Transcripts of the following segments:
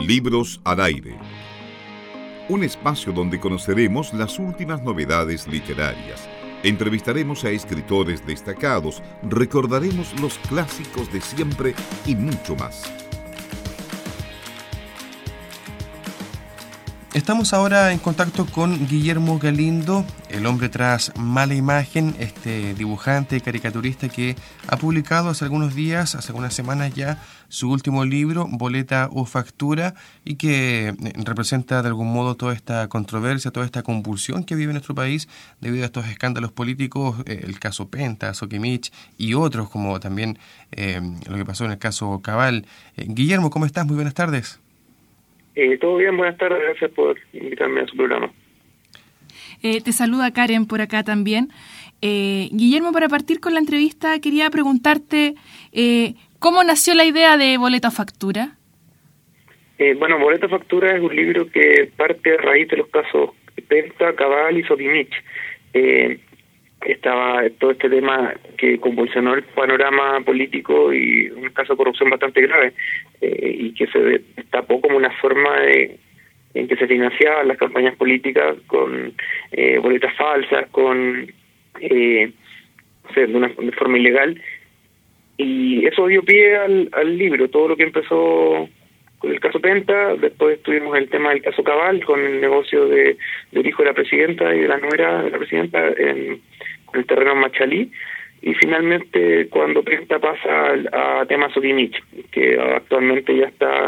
Libros al aire. Un espacio donde conoceremos las últimas novedades literarias. Entrevistaremos a escritores destacados, recordaremos los clásicos de siempre y mucho más. Estamos ahora en contacto con Guillermo Galindo, el hombre tras Mala Imagen, este dibujante y caricaturista que ha publicado hace algunos días, hace algunas semanas ya, su último libro, Boleta o Factura, y que representa de algún modo toda esta controversia, toda esta convulsión que vive nuestro país debido a estos escándalos políticos, el caso Penta, Sokimich y otros, como también lo que pasó en el caso Cabal. Guillermo, ¿cómo estás? Muy buenas tardes. Todo bien, buenas tardes, gracias por invitarme a su programa. Te saluda Karen por acá también. Guillermo, para partir con la entrevista, quería preguntarte ¿cómo nació la idea de Boleta o Factura? Bueno, Boleta o Factura es un libro que parte a raíz de los casos Penta, Cabal y Sokimich. Estaba todo este tema que convulsionó el panorama político y un caso de corrupción bastante grave, y que se destapó como una forma en que se financiaban las campañas políticas con boletas falsas, de forma ilegal, y eso dio pie al libro. Todo lo que empezó con el caso Penta, después tuvimos el tema del caso Cabal, con el negocio del hijo de la presidenta y de la nuera de la presidenta en el terreno Machalí, y finalmente cuando Penta pasa a tema Sokimich, que actualmente ya está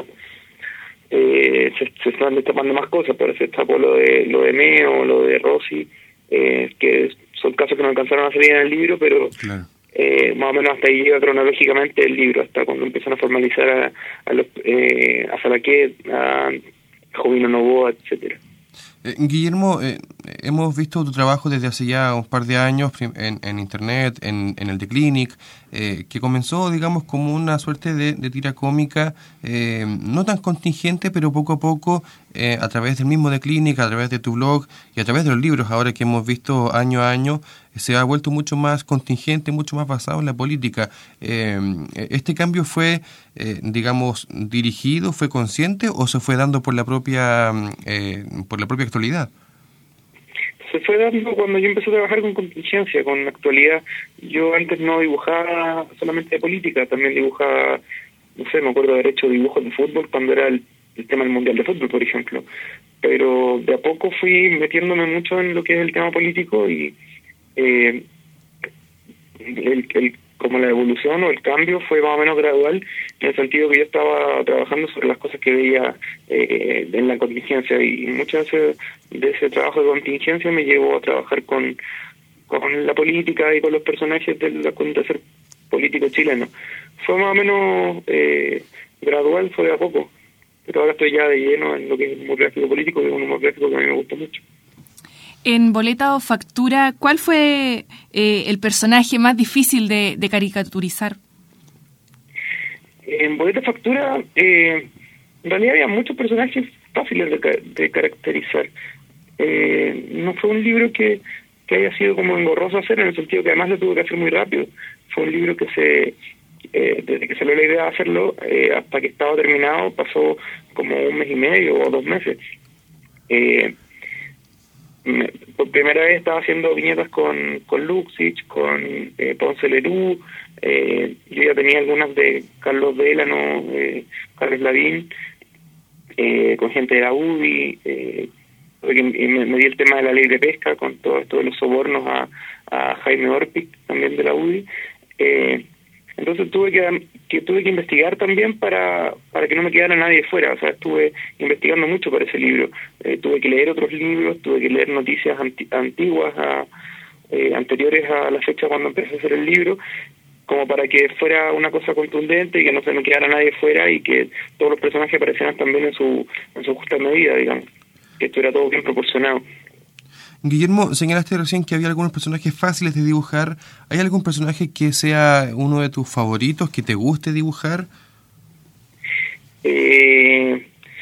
se están destapando más cosas, pero se destapó lo de Meo, lo de Rossi, que son casos que no alcanzaron a salir en el libro, pero claro. Más o menos hasta ahí llega cronológicamente el libro, hasta cuando empiezan a formalizar a Salaquet, a Jovino Novoa, etcétera. Guillermo, hemos visto tu trabajo desde hace ya un par de años en internet, en el The Clinic, que comenzó, digamos, como una suerte de tira cómica, no tan contingente, pero poco a poco, a través del mismo The Clinic, a través de tu blog y a través de los libros ahora que hemos visto año a año, se ha vuelto mucho más contingente, mucho más basado en la política. ¿Este cambio fue, digamos, dirigido, fue consciente o se fue dando por la propia actualidad? Se fue dando cuando yo empecé a trabajar con contingencia, con actualidad. Yo antes no dibujaba solamente de política, también dibujaba, no sé, me acuerdo de haber hecho dibujos de fútbol cuando era el tema del Mundial de Fútbol, por ejemplo. Pero de a poco fui metiéndome mucho en lo que es el tema político y como la evolución o el cambio fue más o menos gradual, en el sentido que yo estaba trabajando sobre las cosas que veía en la contingencia, y mucho de ese trabajo de contingencia me llevó a trabajar con la política y con los personajes del acontecer político chileno. Fue más o menos gradual, fue de a poco, pero ahora estoy ya de lleno en lo que es el humor gráfico político, que es un humor gráfico que a mí me gusta mucho. En Boleta o Factura, ¿cuál fue el personaje más difícil de caricaturizar? En Boleta o Factura, en realidad había muchos personajes fáciles de caracterizar. No fue un libro que haya sido como engorroso hacer, en el sentido que además lo tuve que hacer muy rápido. Fue un libro que desde que salió la idea de hacerlo hasta que estaba terminado pasó como 1 mes y medio o 2 meses. Por primera vez estaba haciendo viñetas con Luxich, con Ponce Lerú, yo ya tenía algunas de Carlos Delano, Carlos Lavín, con gente de la UDI, me di el tema de la ley de pesca con todo esto de los sobornos a Jaime Orpic, también de la UDI. Entonces tuve que investigar también para que no me quedara nadie fuera. O sea, estuve investigando mucho para ese libro. Tuve que leer otros libros, tuve que leer noticias antiguas, anteriores a la fecha cuando empecé a hacer el libro, como para que fuera una cosa contundente y que no se me quedara nadie fuera y que todos los personajes aparecieran también en su justa medida, digamos. Que estuviera todo bien proporcionado. Guillermo, señalaste recién que había algunos personajes fáciles de dibujar. ¿Hay algún personaje que sea uno de tus favoritos, que te guste dibujar?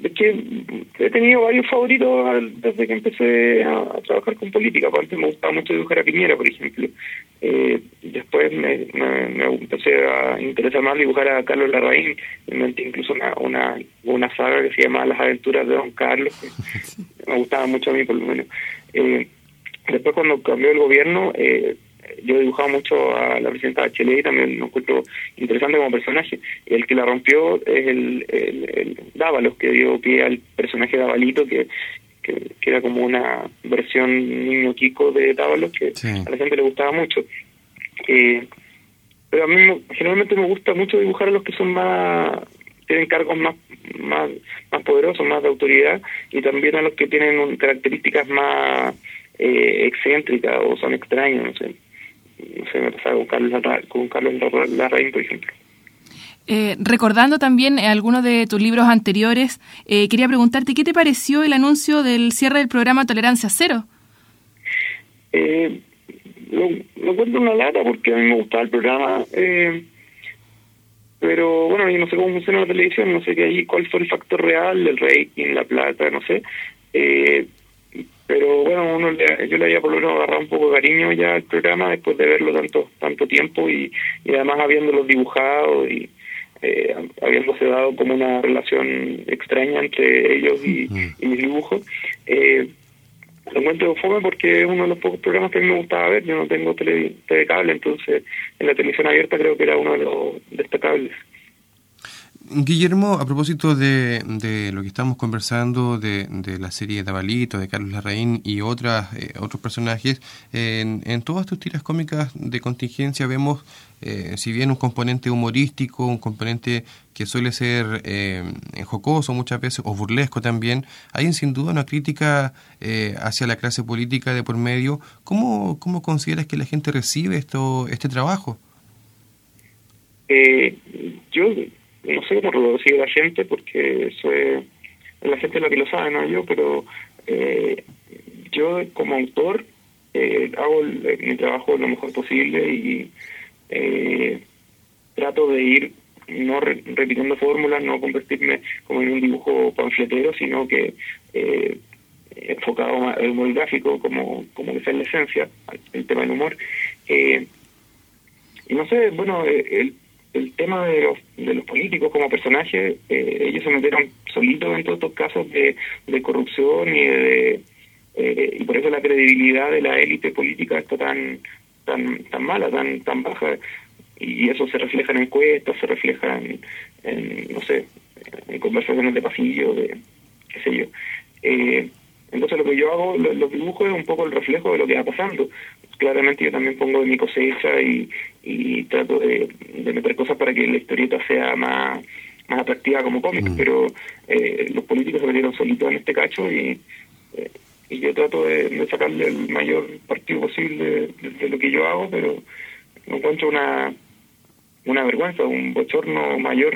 Es que he tenido varios favoritos desde que empecé a trabajar con política. Antes me gustaba mucho dibujar a Piñera, por ejemplo. Después me empecé a interesar más dibujar a Carlos Larraín. Inventé incluso una saga que se llama Las aventuras de Don Carlos, que me gustaba mucho a mí, por lo menos. Después, cuando cambió el gobierno, yo dibujaba mucho a la presidenta Bachelet y también me encuentro interesante como personaje. El que la rompió es el Dávalos, que dio pie al personaje de Davalito, que era como una versión niño Kiko de Dávalos, que sí, a la gente le gustaba mucho. Pero a mí generalmente me gusta mucho dibujar a los que son tienen cargos más poderosos, más de autoridad, y también a los que tienen características más excéntricas o son extraños, no sé, me pasaba con Carlos Larraín, por ejemplo. Recordando también algunos de tus libros anteriores, quería preguntarte, ¿qué te pareció el anuncio del cierre del programa Tolerancia Cero? Lo encuentro una lata porque a mí me gustaba el programa, pero bueno, yo no sé cómo funciona la televisión, no sé cuál fue el factor real, el rating, la plata, no sé. Pero bueno, yo le había por lo menos agarrado un poco de cariño ya al programa después de verlo tanto tiempo y además habiéndolo dibujado y habiéndose dado como una relación extraña entre ellos y mis dibujos. Lo encuentro fome porque es uno de los pocos programas que a mí me gustaba ver. Yo no tengo TV cable, entonces en la televisión abierta creo que era uno de los destacables. Guillermo, a propósito de lo que estamos conversando, de la serie de Davalito, de Carlos Larraín y otros personajes, en todas tus tiras cómicas de contingencia vemos, si bien un componente humorístico, un componente que suele ser jocoso muchas veces, o burlesco también, hay sin duda una crítica hacia la clase política de por medio. ¿Cómo consideras que la gente recibe este trabajo? Yo no sé cómo lo recibe la gente, porque eso es la gente la que lo sabe, no yo, pero yo como autor hago mi trabajo lo mejor posible y trato de ir no repitiendo fórmulas, no convertirme como en un dibujo panfletero, sino que enfocado al humor gráfico, como que sea la esencia, el tema del humor. Y no sé, bueno, el tema de los políticos como personajes, ellos se metieron solitos en todos estos casos de corrupción y por eso la credibilidad de la élite política está tan mala, tan baja, y eso se refleja en encuestas, se refleja en no sé, en conversaciones de pasillo, qué sé yo. Entonces lo que yo hago, los dibujos, es un poco el reflejo de lo que va pasando. Claramente yo también pongo de mi cosecha y trato de meter cosas para que la historieta sea más atractiva como cómic, pero los políticos se metieron solitos en este cacho y yo trato de sacarle el mayor partido posible de lo que yo hago, pero me encuentro una vergüenza, un bochorno mayor.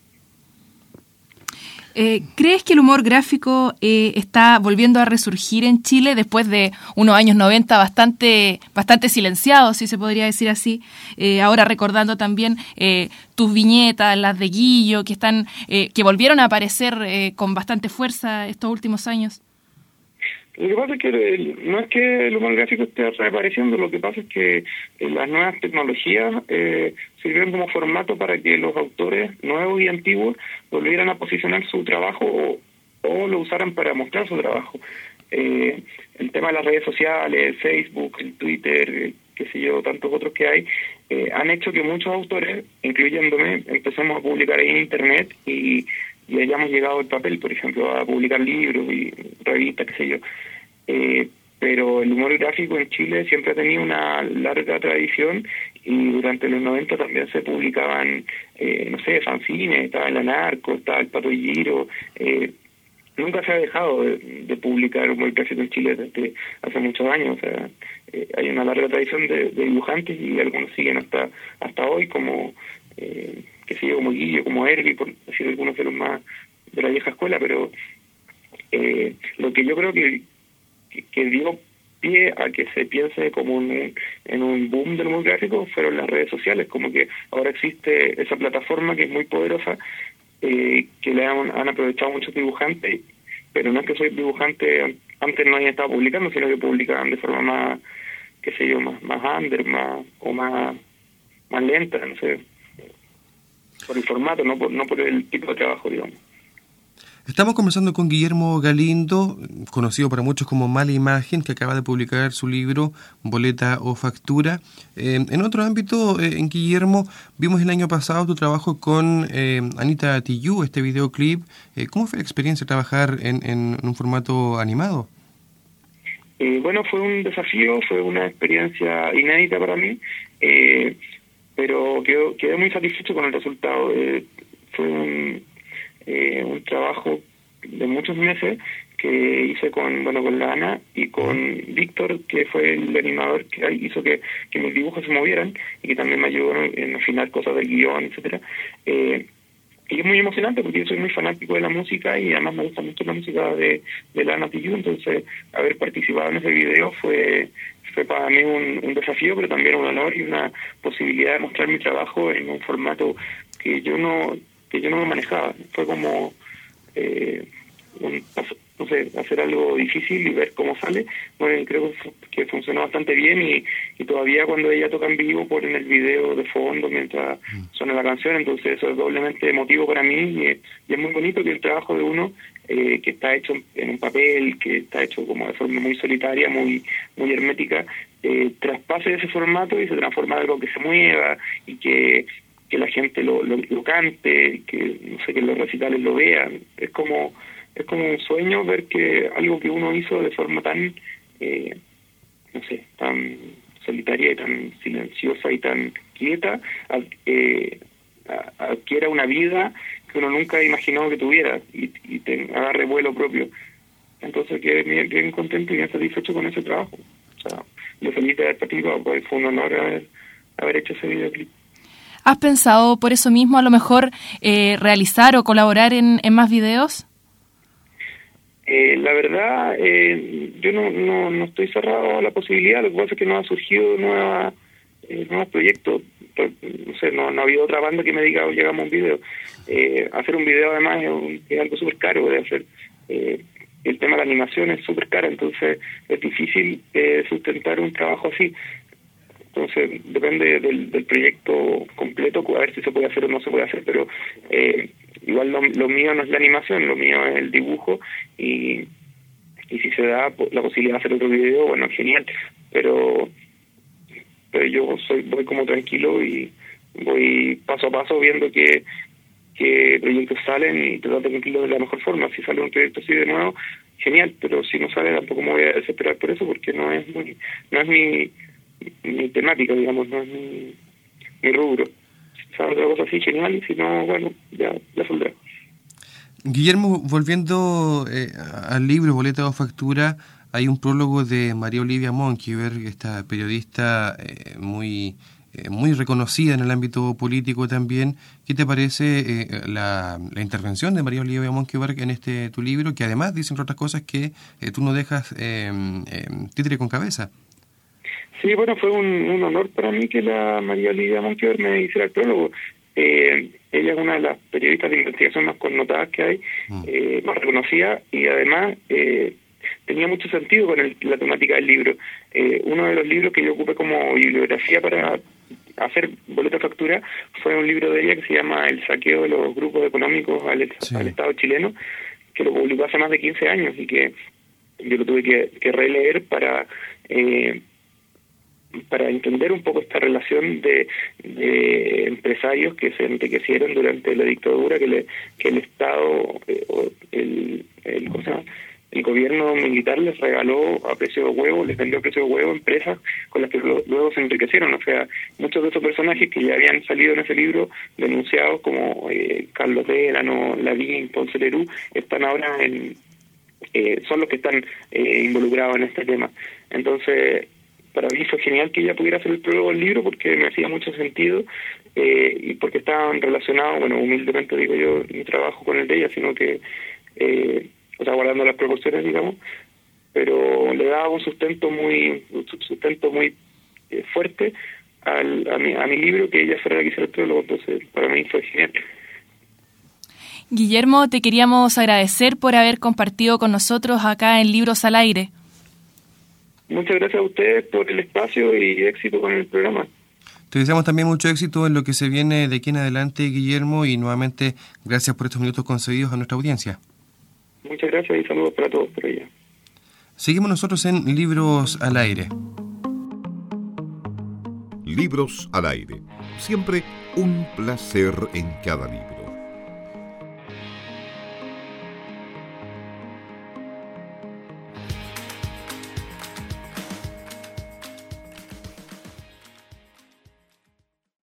¿Crees que el humor gráfico está volviendo a resurgir en Chile después de unos años 90 bastante silenciados, si se podría decir así? Ahora recordando también tus viñetas, las de Guillo, que volvieron a aparecer con bastante fuerza estos últimos años. Lo que pasa es que no es que el humor gráfico esté reapareciendo, lo que pasa es que las nuevas tecnologías sirvieron como formato para que los autores nuevos y antiguos volvieran a posicionar su trabajo o lo usaran para mostrar su trabajo. El tema de las redes sociales, el Facebook, el Twitter, qué sé yo, tantos otros que hay, han hecho que muchos autores, incluyéndome, empecemos a publicar en Internet y hayamos llegado al papel, por ejemplo, a publicar libros y revistas, qué sé yo. Pero el humor gráfico en Chile siempre ha tenido una larga tradición y durante los 90 también se publicaban, no sé, fanzines, estaba el Anarco, estaba el Pato Giro. Nunca se ha dejado de publicar humor gráfico en Chile desde hace muchos años. O sea, hay una larga tradición de dibujantes y algunos siguen hasta hoy, como qué sé yo, como Guillo, como Herbie, por decir algunos de los más de la vieja escuela, pero lo que yo creo que dio pie a que se piense como en un boom del humor gráfico fueron las redes sociales, como que ahora existe esa plataforma que es muy poderosa que le han aprovechado muchos dibujantes, pero no es que soy dibujante, antes no había estado publicando, sino que publicaban de forma más, qué sé yo, más under, más lenta, no sé, por el formato, no por el tipo de trabajo, digamos. Estamos conversando con Guillermo Galindo, conocido para muchos como Mala Imagen, que acaba de publicar su libro Boleta o Factura. En otro ámbito, en Guillermo, vimos el año pasado tu trabajo con Anita Tijoux, este videoclip. ¿Cómo fue la experiencia de trabajar en un formato animado? Bueno, fue un desafío, fue una experiencia inédita para mí, pero quedé muy satisfecho con el resultado. Fue un trabajo de muchos meses que hice con la Ana y con Víctor, que fue el animador que hizo que mis dibujos se movieran y que también me ayudó en afinar cosas del guión, etcétera. Y es muy emocionante porque yo soy muy fanático de la música y además me gusta mucho la música de la Ana Tijoux, entonces haber participado en ese video fue para mí un desafío, pero también un honor y una posibilidad de mostrar mi trabajo en un formato que yo no me manejaba. Fue como hacer algo difícil y ver cómo sale. Bueno, creo que funcionó bastante bien y todavía cuando ella toca en vivo ponen el video de fondo mientras suena la canción, entonces eso es doblemente emotivo para mí y es muy bonito que el trabajo de uno que está hecho en un papel, que está hecho como de forma muy solitaria, muy hermética, traspase ese formato y se transforma en algo que se mueva y que la gente lo cante, que no sé, que los recitales lo vean. Es como un sueño ver que algo que uno hizo de forma tan tan solitaria y tan silenciosa y tan quieta adquiera una vida que uno nunca imaginó que tuviera y agarre vuelo propio. Entonces quedé bien contento y bien satisfecho con ese trabajo. O sea, lo feliz de haber participado, pues fue un honor haber hecho ese videoclip. ¿Has pensado por eso mismo a lo mejor realizar o colaborar en más videos? La verdad, yo no estoy cerrado a la posibilidad. Lo que pasa es que no ha surgido nuevos proyectos. No sé, no ha habido otra banda que me diga, llegamos a un video. Hacer un video además es algo súper caro de hacer. El tema de la animación es súper caro, entonces es difícil sustentar un trabajo así. Entonces depende del proyecto completo, a ver si se puede hacer o no se puede hacer, pero igual lo mío no es la animación, lo mío es el dibujo y si se da la posibilidad de hacer otro video, bueno, genial, pero yo voy como tranquilo y voy paso a paso viendo qué proyectos salen y tratar de cumplirlo de la mejor forma. Si sale un proyecto así de nuevo, genial, pero si no sale tampoco me voy a desesperar por eso porque no es mi temática, digamos, no es mi rubro. Si sale otra cosa así, genial, y si no, bueno, ya saldrá. Guillermo, volviendo al libro Boleta o Factura, hay un prólogo de María Olivia Monkever, esta periodista muy reconocida en el ámbito político también. ¿Qué te parece la intervención de María Olivia Monkever en tu libro, que además dice, entre otras cosas, que tú no dejas títere con cabeza? Sí, bueno, fue un honor para mí que la María Olivia Monkever me hiciera el prólogo. Ella es una de las periodistas de investigación más connotadas que hay, más reconocida, y además tenía mucho sentido con la temática del libro. Uno de los libros que yo ocupé como bibliografía para hacer Boleta Factura fue un libro de ella que se llama El saqueo de los grupos económicos al Estado chileno, que lo publicó hace más de 15 años y que yo lo tuve que releer para entender un poco esta relación de empresarios que se enriquecieron durante la dictadura, que el Estado, ¿cómo se llama? El gobierno militar les regaló a precio de huevo, les vendió a precio de huevo empresas con las que luego se enriquecieron. O sea, muchos de esos personajes que ya habían salido en ese libro denunciados, como Carlos Delano, Lavín, Ponce Lerú, están ahora son los que están involucrados en este tema. Entonces, para mí fue genial que ella pudiera hacer el prólogo del libro porque me hacía mucho sentido y porque estaban relacionados, bueno, humildemente digo yo, mi trabajo con el de ella, sino que, o sea, guardando las proporciones, digamos, pero le daba un sustento muy fuerte a mi libro, que ella fuera la que hiciera el prólogo. Entonces para mí fue genial. Guillermo, te queríamos agradecer por haber compartido con nosotros acá en Libros al Aire. Muchas gracias a ustedes por el espacio y éxito con el programa. Te deseamos también mucho éxito en lo que se viene de aquí en adelante, Guillermo, y nuevamente gracias por estos minutos concedidos a nuestra audiencia. Muchas gracias y saludos para todos por allá. Seguimos nosotros en Libros al Aire. Libros al Aire. Siempre un placer en cada libro.